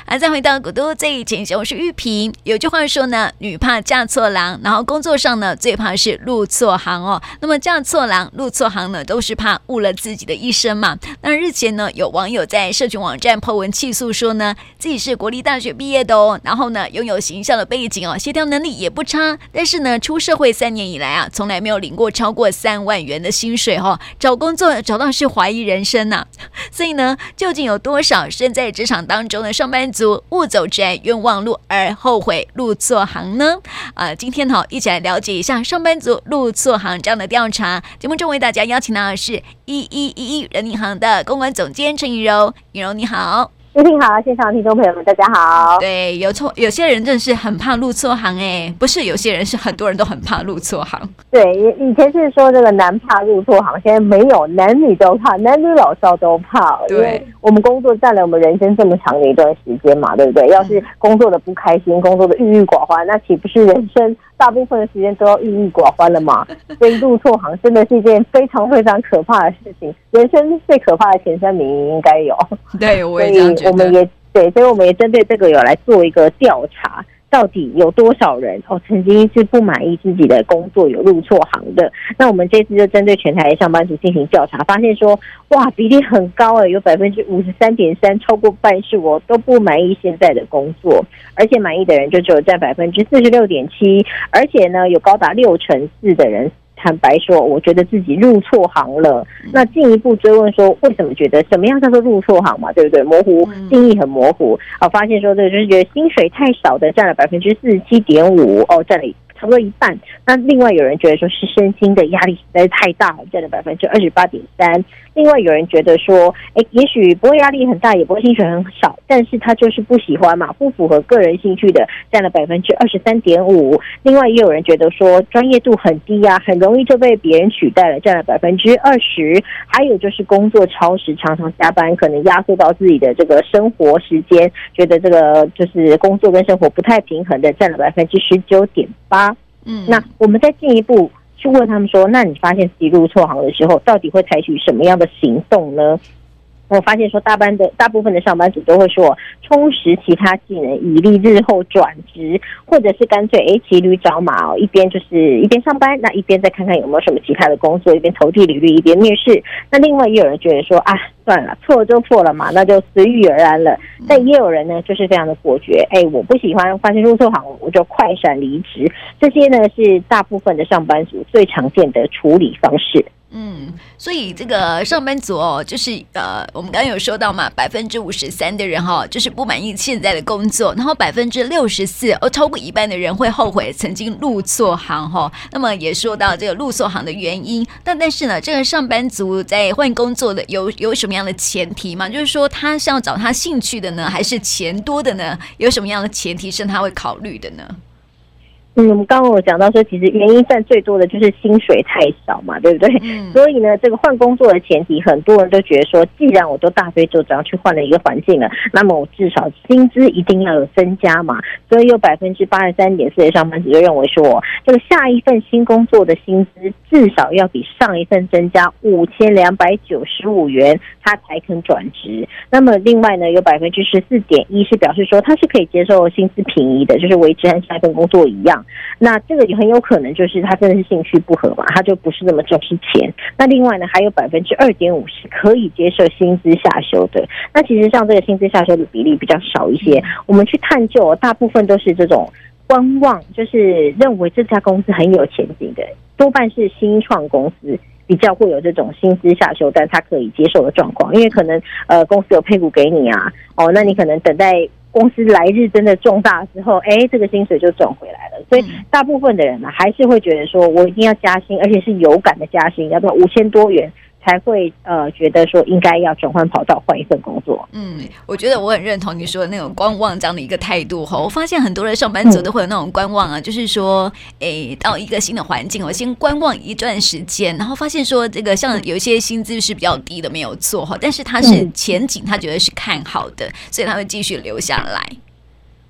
再回到古都最前线，我是玉萍。有句话说呢，女怕嫁错郎，然后工作上呢最怕是入错行哦。那么嫁错郎、入错行呢，都是怕误了自己的一生嘛。那日前呢，有网友在社群网站 po 文气诉说呢，自己是国立大学毕业的哦，然后呢拥有行销的背景哦，协调能力也不差，但是呢出社会3年以来啊，从来没有领过超过3万元的薪水哦，找工作找到是怀疑人生啊。所以呢，究竟有多少身在职场当中的上班族误走职涯冤枉路而后悔入错行呢？今天一起来了解一下上班族入错行这样的调查。节目中为大家邀请到的是1111人银行的公关总监陈怡柔，怡柔你好。 玉萍好，现场听众朋友们大家好。 对，有些人真的是很怕入错行不是有些人，是很多人都很怕入错行。 对，以前是说这个男怕入错行，现在没有，男女都怕，男女老少都怕。 对， 因为我们工作占了我们人生这么长的一段时间嘛，对不对？要是工作的不开心，工作的郁郁寡欢，那岂不是人生大部分的时间都要郁郁寡欢了嘛？所以入错行真的是一件非常非常可怕的事情，人生最可怕的前3名应该有。 对，我也这样觉得。 我们也对，所以我们也针对这个有来做一个调查，到底有多少人曾经是不满意自己的工作有入错行的。那我们这次就针对全台上班族进行调查，发现说哇，比例很高有 53.3%， 超过半数都不满意现在的工作，而且满意的人就只有占 46.7%， 而且呢有高达64%的人坦白说我觉得自己入错行了。那进一步追问说为什么觉得，什么样叫做入错行嘛，对不对？模糊，定义很模糊。发现说这个就是觉得薪水太少的占了 47.5%， 占了差不多一半。那另外有人觉得说是身心的压力实在是太大了，占了 28.3%。另外有人觉得说也许不会压力很大，也不会薪水很少，但是他就是不喜欢嘛，不符合个人兴趣的，占了 23.5%。另外也有人觉得说专业度很低啊，很容易就被别人取代了，占了 20%。还有就是工作超时，常常加班，可能压缩到自己的这个生活时间，觉得这个就是工作跟生活不太平衡的，占了 19.8%。那我们再进一步去问他们说，那你发现自己入错行的时候，到底会采取什么样的行动呢？我发现说大部分的上班族都会说充实其他技能，以利日后转职，或者是干脆骑驴找马一边上班，那一边再看看有没有什么其他的工作，一边投递履历一边面试。那另外也有人觉得说算了，错了就错了嘛，那就随遇而安了。但也有人呢就是非常的果决，我不喜欢，发现入错行我就快闪离职。这些呢是大部分的上班族最常见的处理方式。 所以这个上班族就是我们刚刚有说到嘛，53%的人就是不满意现在的工作，然后64%超过一半的人会后悔曾经入错行那么也说到这个入错行的原因，但是呢，这个上班族在换工作的有什么样的前提吗？就是说他是要找他兴趣的呢，还是钱多的呢？有什么样的前提是他会考虑的呢？ 我们刚刚有讲到说，其实原因占最多的就是薪水太少嘛，对不对？所以呢，这个换工作的前提，很多人都觉得说，既然我都大费周章去换了一个环境了，那么我至少薪资一定要有增加嘛。所以有 83.4% 的上班族就认为说，这个下一份新工作的薪资至少要比上一份增加5295元，他才肯转职。那么另外呢，有 14.1% 是表示说他是可以接受薪资平移的，就是维持和下一份工作一样。那这个也很有可能就是他真的是兴趣不合嘛，他就不是那么重视钱。那另外呢，还有 2.5% 是可以接受薪资下修的。那其实像这个薪资下修的比例比较少一些，我们去探究大部分都是这种观望，就是认为这家公司很有前景的，多半是新创公司比较会有这种薪资下修，但他可以接受的状况。因为可能公司有配股给你啊，那你可能等待公司来日真的重大之后，这个薪水就赚回来了。所以大部分的人呢，还是会觉得说我一定要加薪，而且是有感的加薪，要不然5000多元才会觉得说应该要转换跑道，换一份工作。 我觉得我很认同你说的那种观望这样的一个态度我发现很多的上班族都会有那种观望啊，就是说到一个新的环境我先观望一段时间，然后发现说这个像有一些薪资是比较低的没有错但是它是前景他觉得是看好的，所以他会继续留下来。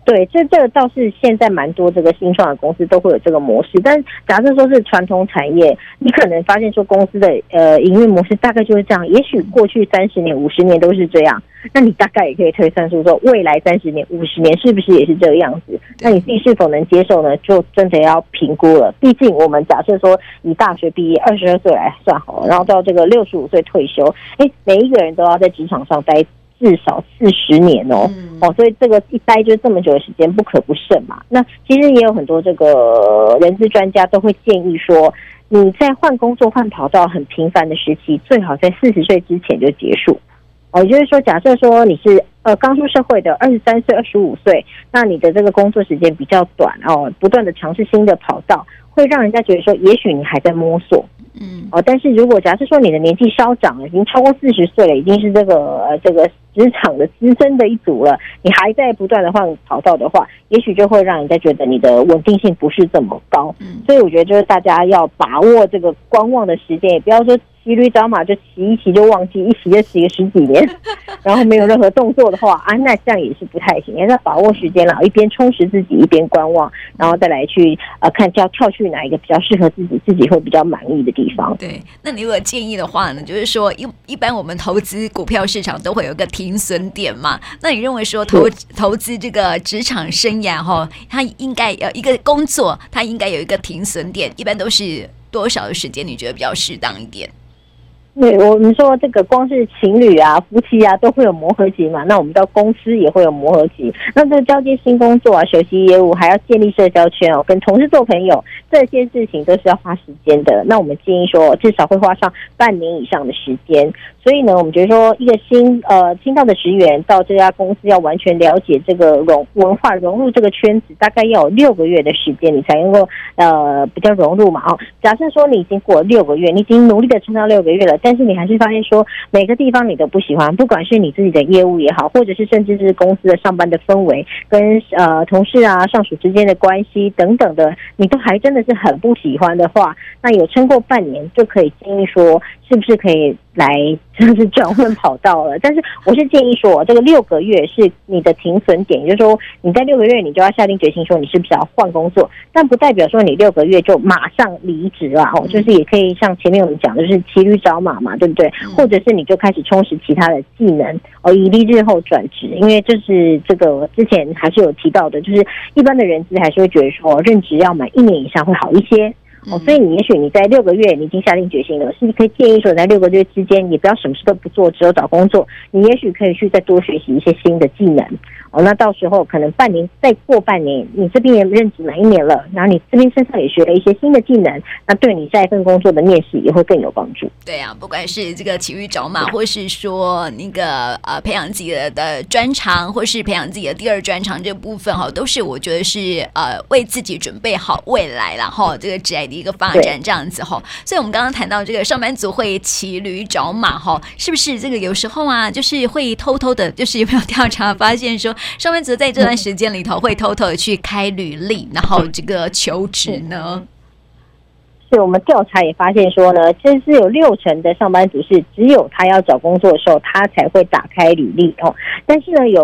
对，这个倒是现在蛮多这个新创的公司都会有这个模式，但假设说是传统产业，你可能发现说公司的营运模式大概就是这样，也许过去30年、50年都是这样，那你大概也可以推算出说未来30年、50年是不是也是这个样子？那你自己是否能接受呢？就真的要评估了。毕竟我们假设说以大学毕业22岁来算好了，然后到这个65岁退休，每一个人都要在职场上待至少40年哦，所以这个一待就这么久的时间，不可不慎嘛。那其实也有很多这个人资专家都会建议说，你在换工作、换跑道很频繁的时期，最好在40岁之前就结束。也就是说，假设说你是刚出社会的23岁、25岁，那你的这个工作时间比较短不断的尝试新的跑道，会让人家觉得说，也许你还在摸索。但是如果假设说你的年纪稍长了，已经超过40岁了，已经是这个职场的资深的一族了，你还在不断的换跑道的话，也许就会让人家觉得你的稳定性不是这么高。所以我觉得就是大家要把握这个观望的时间，也不要说骑驴找马就骑一骑就忘记，一骑就骑个10几年，然后没有任何动作的话那这样也是不太行。要把握时间啦，一边充实自己，一边观望，然后再来去看要跳去哪一个比较适合自己会比较满意的地方。 对，那你如果建议的话呢，就是说一般我们投资股票市场都会有一个停损点嘛，那你认为说投资这个职场生涯它应该一个工作，它应该有一个停损点，一般都是多少的时间？你觉得比较适当一点？ 对，我们说这个光是情侣啊、夫妻啊都会有磨合期嘛，那我们到公司也会有磨合期。那这个交接新工作啊、学习业务，还要建立社交圈跟同事做朋友，这些事情都是要花时间的。那我们建议说，至少会花上半年以上的时间。所以呢，我们觉得说，一个新到的职员到这家公司要完全了解这个文化，融入这个圈子，大概要有6个月的时间，你才能够比较融入嘛。假设说你已经过了6个月，你已经努力的撑到6个月了，但是你还是发现说每个地方你都不喜欢，不管是你自己的业务也好，或者是甚至是公司的上班的氛围，跟同事啊、上属之间的关系等等的，你都还真的是很不喜欢的话，那有撑过半年就可以建议说，是不是可以来就是转换跑道了？但是我是建议说，这个6个月是你的停损点，也就是说你在6个月你就要下定决心说你是不是要换工作，但不代表说你6个月就马上离职啦就是也可以像前面我们讲的，就是骑驴找马嘛，对不对？或者是你就开始充实其他的技能以利日后转职，因为这是这个之前还是有提到的，就是一般的人资还是会觉得说任职要满1年以上会好一些。所以你也许你在6个月你已经下定决心了，是不是可以建议说，在6个月之间，你不要什么事都不做，只有找工作，你也许可以去再多学习一些新的技能那到时候可能半年再过半年，你这边也任职满1年了，然后你这边身上也学了一些新的技能，那对你下一份工作的面试也会更有帮助。 对啊，不管是这个骑驴找马，或是说那个培养自己的专长，或是培养自己的第2专长这部分都是我觉得是为自己准备好未来啦这个职业的一个发展这样子所以我们刚刚谈到这个上班族会骑驴找马是不是这个有时候就是会偷偷的，就是有没有调查发现说上班族在这段时间里头会偷偷的去开履历，然后这个求职呢？ 是我们调查也发现说呢，其实是有60%的上班族是只有他要找工作的时候，他才会打开履历但是呢，有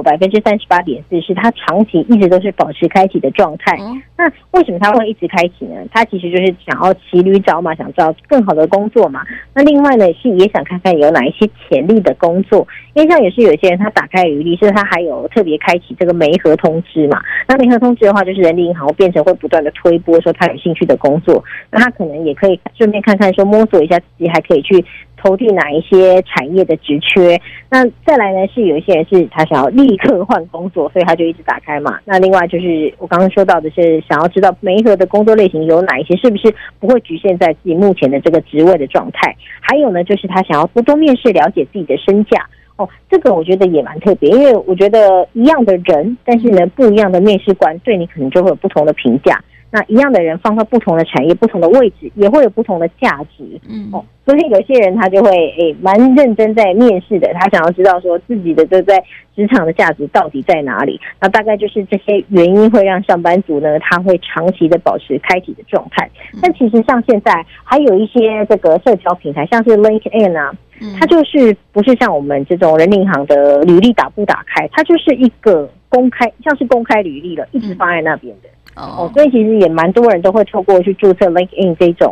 38.4%是他长期一直都是保持开启的状态。那为什么他会一直开启呢？他其实就是想要骑驴找马，想找更好的工作嘛。那另外呢，是也想看看有哪一些潜力的工作，因为像也是有些人他打开履历，是他还有特别开启这个媒合通知嘛。那媒合通知的话，就是人力银行会变成会不断的推播说他有兴趣的工作，那他可能也可以顺便看看说摸索一下自己还可以去投递哪一些产业的职缺。那再来呢，是有一些人是他想要立刻换工作，所以他就一直打开嘛。那另外就是我刚刚说到的是想要知道媒合的工作类型有哪一些，是不是不会局限在自己目前的这个职位的状态。还有呢，就是他想要多面试了解自己的身价这个我觉得也蛮特别，因为我觉得一样的人，但是呢不一样的面试官对你可能就会有不同的评价。 那一样的人放到不同的产业、不同的位置，也会有不同的价值。所以有些人他就会蛮认真在面试的，他想要知道说自己的这在职场的价值到底在哪里。那大概就是这些原因会让上班族呢，他会长期的保持开启的状态。但其实像现在还有一些这个社交平台，像是 LinkedIn 啊，它就是不是像我们这种人力银行的履历打不打开，它就是一个公开，像是公开履历了，一直放在那边的。所以其实也蛮多人都会透过去注册 LinkedIn 这种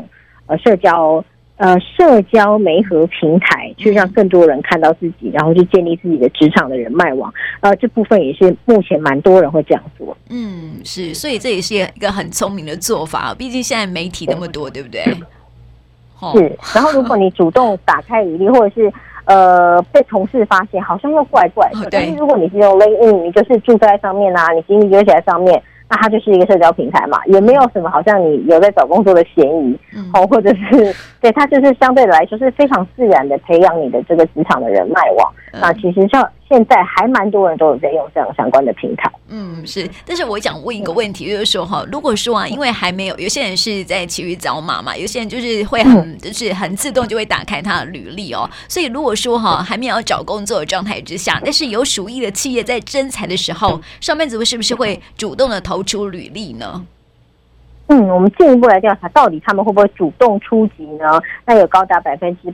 社交媒合平台，去让更多人看到自己，然后去建立自己的职场的人脉网。这部分也是目前蛮多人会这样做。 是，所以这也是一个很聪明的做法，毕竟现在媒体那么多，对不对？ 是。然后如果你主动打开履历，或者是被同事发现，好像又怪怪的。但是如果你是用 LinkedIn， 你就是注册在上面啊，你经历就写在上面。那它就是一个社交平台嘛，也没有什么好像你有在找工作的嫌疑，或者是对它就是相对来说是非常自然的培养你的这个职场的人脉网。那其实像现在还蛮多人都有在用这样相关的平台。 是。但是我想问一个问题，就是说如果说啊，因为还没有些人是在骑驴找马嘛，有些人就是会就是很自动就会打开他的履历哦。所以如果说还没有找工作的状态之下，但是有属意的企业在征才的时候，上班族是不是会主动的投出履历呢？ 我们进一步来调查，到底他们会不会主动出击呢？那有高达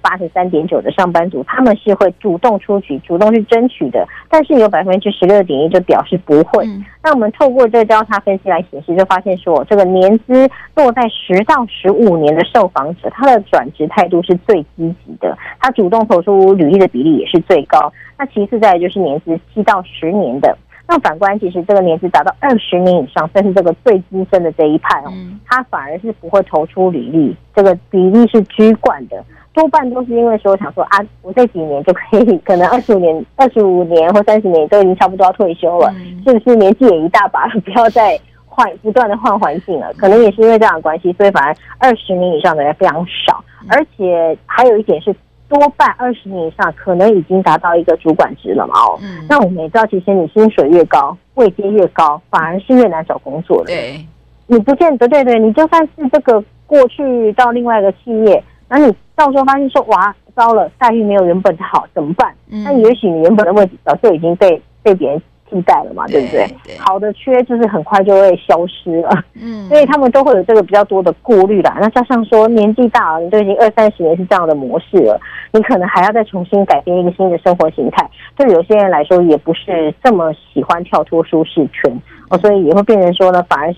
83.9% 的上班族，他们是会主动出击、主动去争取的，但是有 16.1% 就表示不会。那我们透过这个交叉分析来显示，就发现说，这个年资落在10到15年的受访者，他的转职态度是最积极的，他主动投出履历的比例也是最高。那其次再来就是年资7到10年的。那反观，其实这个年资达到20年以上，算是这个最资深的这一派他反而是不会投出履历，这个比例是居冠的，多半都是因为说想说啊，我这几年就可以，可能25年或30年都已经差不多要退休了，是不是年纪也一大把了，不要再不断的换环境了？可能也是因为这样的关系，所以反而20年以上的人非常少，而且还有一点是，多半20年以上可能已经达到一个主管职了嘛那我们也知道，其实你薪水越高，位阶越高，反而是越难找工作的。 对， 你不见得对，你就算是这个过去到另外一个企业，然后你到时候发现说哇，糟了，待遇没有原本的好，怎么办？那也许你原本的位置早就已经被别人替代了嘛，对不对？好的缺就是很快就会消失了，所以他们都会有这个比较多的顾虑啦。那加上说年纪大了，你都已经20-30年是这样的模式了，你可能还要再重新改变一个新的生活形态，对有些人来说也不是这么喜欢跳脱舒适圈所以也会变成说呢，反而是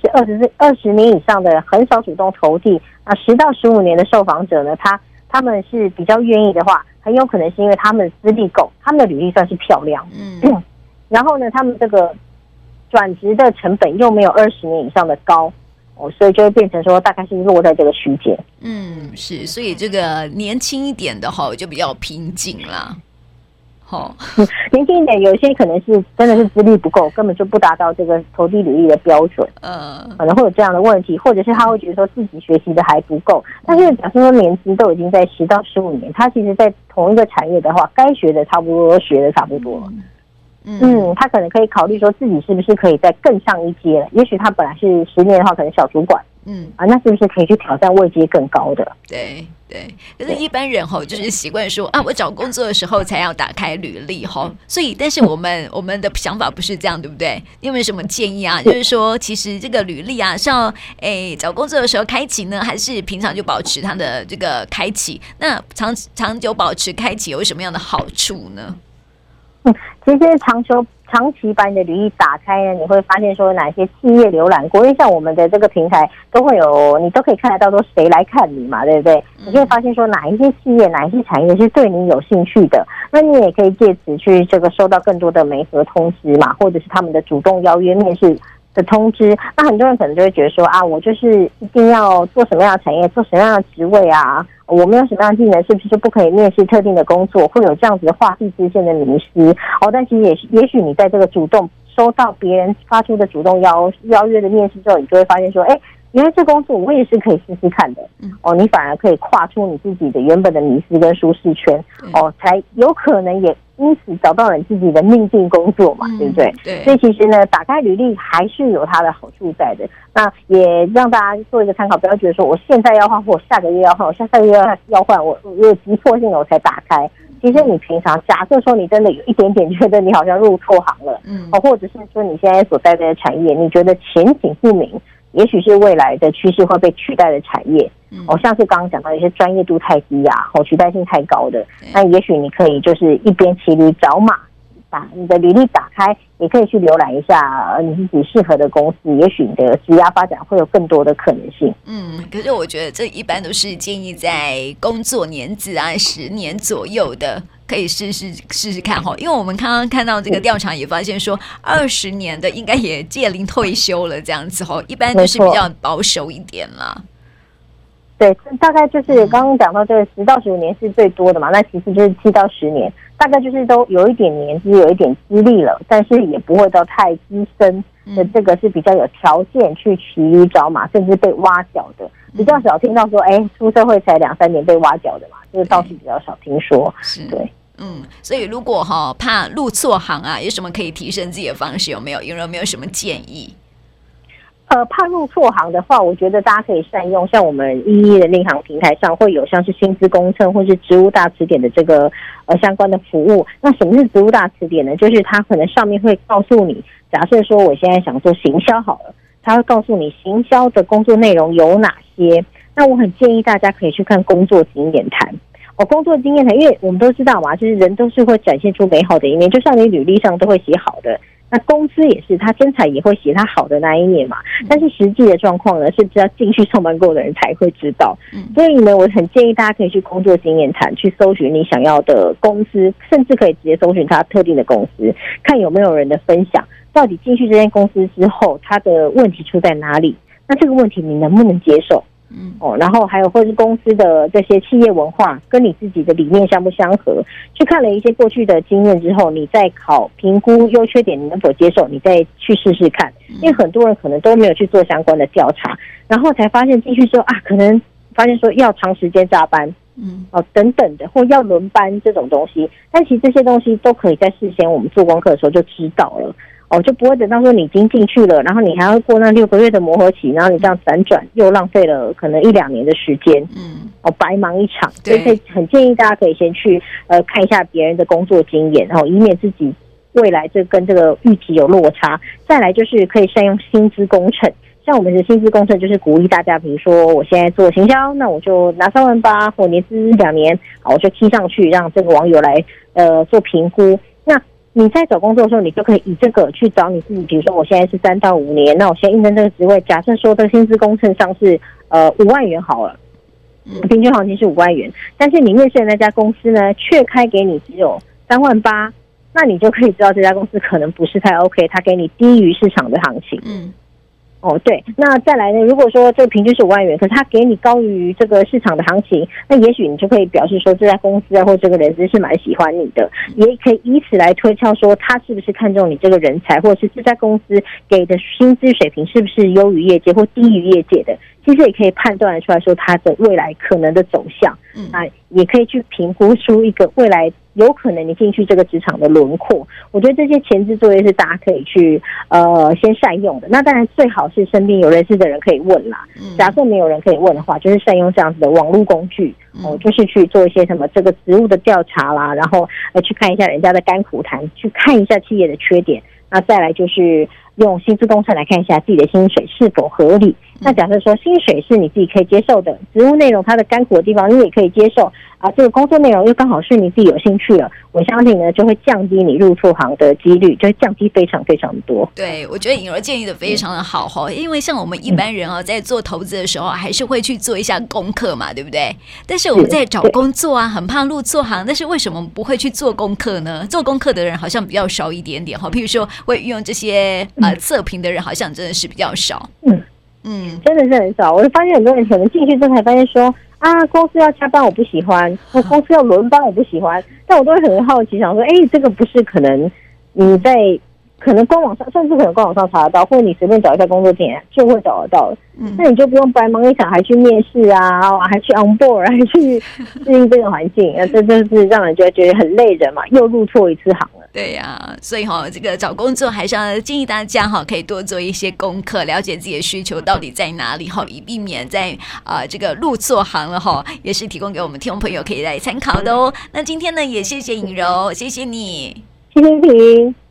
20年以上的人很少主动投递。那10到15年的受访者呢，他们是比较愿意的话，很有可能是因为他们的资历够，他们的履历算是漂亮，然后呢，他们这个转职的成本又没有20年以上的高所以就会变成说大概是落在这个区间。 是，所以这个年轻一点的就比较瓶颈啦。 年轻一点，有些可能是真的是资历不够，根本就不达到这个投递履历的标准，可能会有这样的问题，或者是他会觉得说自己学习的还不够，但是假设说年资都已经在10到15年，他其实在同一个产业的话，该学的差不多学的差不多了。他可能可以考虑说自己是不是可以再更上一阶了，也许他本来是10年的话，可能小主管，那是不是可以去挑战位阶更高的？ 对。可是一般人就是习惯说啊，我找工作的时候才要打开履历所以但是我们的想法不是这样，对不对？你有没有什么建议啊？就是说其实这个履历啊，是要找工作的时候开启呢，还是平常就保持它的这个开启？那长久保持开启有什么样的好处呢？ 其实长期把你的履历打开呢，你会发现说哪些企业浏览过，因为像我们的这个平台都会有，你都可以看得到说谁来看你嘛，对不对？你就会发现说哪一些企业、哪一些产业是对你有兴趣的，那你也可以借此去这个收到更多的媒合通知嘛，或者是他们的主动邀约面试的通知。那很多人可能就会觉得说啊，我就是一定要做什么样的产业，做什么样的职位啊，我没有什么样的技能，是不是就不可以面试特定的工作？会有这样子的画地自限的迷思但其实也许你在这个主动收到别人发出的主动邀约的面试之后，你就会发现说， 原来这工作我也是可以试试看的，你反而可以跨出你自己的原本的迷思跟舒适圈，才有可能也因此找到你自己的命定工作嘛，对不对？ 对。 所以其实呢，打开履历还是有它的好处在的。那也让大家做一个参考，不要觉得说我现在要换，或我下个月要换，我下个月要换，我有急迫性的我才打开。其实你平常假设说你真的有一点点觉得你好像入错行了，或者是说你现在所在的产业你觉得前景不明，也许是未来的趋势会被取代的产业，像是刚刚讲到一些专业度太低啊，取代性太高的，那也许你可以就是一边骑驴找马，把你的履历打开，也可以去浏览一下你自己适合的公司，也许你的职涯发展会有更多的可能性。 可是我觉得这一般都是建议在工作年资啊10年左右的，可以试试看哈，因为我们刚刚看到这个调查也发现说，20年的应该也届龄退休了这样子哈，一般就是比较保守一点啦。 对，大概就是刚刚讲到这个10到15年是最多的嘛，那其实就是7到10年，大概就是都有一点年纪，有一点资历了，但是也不会到太资深的，这个是比较有条件去骑驴找马，甚至被挖角的，比较少听到说，出社会才2-3年被挖角的嘛，这个倒是比较少听说。对。 所以如果怕入错行啊，有什么可以提升自己的方式？有没有什么建议？ 怕入错行的话，我觉得大家可以善用，像我们11的领航平台上会有像是薪资公称或是职务大词典的这个相关的服务。那什么是职务大词典呢？就是它可能上面会告诉你，假设说我现在想做行销好了，它会告诉你行销的工作内容有哪些。那我很建议大家可以去看工作经验谈。工作经验谈，因为我们都知道嘛，就是人都是会展现出美好的一面，就像你履历上都会写好的。那公司也是，他真才也会写他好的那一面嘛。但是实际的状况呢，是只要进去上班过的人才会知道。所以呢，我很建议大家可以去工作经验谈去搜寻你想要的公司，甚至可以直接搜寻他特定的公司，看有没有人的分享，到底进去这间公司之后，他的问题出在哪里？那这个问题你能不能接受？然后还有或是公司的这些企业文化跟你自己的理念相不相合，去看了一些过去的经验之后，你再评估优缺点你能否接受，你再去试试看。因为很多人可能都没有去做相关的调查，然后才发现进去说可能发现说要长时间加班，等等的，或要轮班这种东西，但其实这些东西都可以在事先我们做功课的时候就知道了。就不会等到说你已经进去了，然后你还要过那6个月的磨合期，然后你这样辗转又浪费了可能1-2年的时间，白忙一场。所以很建议大家可以先去看一下别人的工作经验，然后以免自己未来跟这个预期有落差。再来就是可以善用薪资工程，像我们的薪资工程就是鼓励大家，比如说我现在做行销，那我就拿38000或年资2年，我就踢上去，让这个网友来做评估。那你在找工作的时候，你就可以以这个去找你自己。比如说，我现在是3到5年，那我现在应征这个职位，假设说这个薪资工程上是5万元好了，平均行情是5万元，但是你面试的那家公司呢，却开给你只有38000，那你就可以知道这家公司可能不是太 OK， 它给你低于市场的行情。对，那再来呢？如果说这个平均是5万元，可是他给你高于这个市场的行情，那也许你就可以表示说这家公司或这个人资是蛮喜欢你的，也可以以此来推敲说他是不是看中你这个人才，或者是这家公司给的薪资水平是不是优于业界或低于业界的。其实也可以判断出来说他的未来可能的走向，也可以去评估出一个未来有可能你进去这个职场的轮廓。我觉得这些前置作业是大家可以去先善用的。那当然最好是身边有认识的人可以问啦。假设没有人可以问的话，就是善用这样子的网络工具，就是去做一些什么这个职务的调查啦，然后去看一下人家的甘苦谈，去看一下企业的缺点。那再来就是用薪资工程来看一下自己的薪水是否合理。那假设说薪水是你自己可以接受的，职务内容它的甘苦的地方你也可以接受这个工作内容又刚好是你自己有兴趣了，我相信呢就会降低你入错行的几率，就会降低非常非常多。 对，我觉得颖儿建议的非常的好因为像我们一般人在做投资的时候还是会去做一下功课嘛，对不对？但是我们在找工作很怕入错行，但是为什么不会去做功课呢？做功课的人好像比较少一点点譬如说会运用这些测评的人好像真的是比较少。 真的是很少。我就发现很多人可能进去之后才发现说公司要加班我不喜欢，或公司要轮班我不喜欢，但我都会很好奇想说这个不是可能你在可能官网上，甚至可能官网上查得到，或者你随便找一下工作点就会找得到。那你就不用白忙一场，还去面试啊，还去 on board， 还去适应这个环境，这就是让人觉得很累人嘛，又入错一次行了。 对呀，所以这个找工作还是要建议大家可以多做一些功课，了解自己的需求到底在哪里以避免在这个入错行了也是提供给我们听众朋友可以来参考的哦。那今天呢，也谢谢颖柔，谢谢你， 谢谢婷。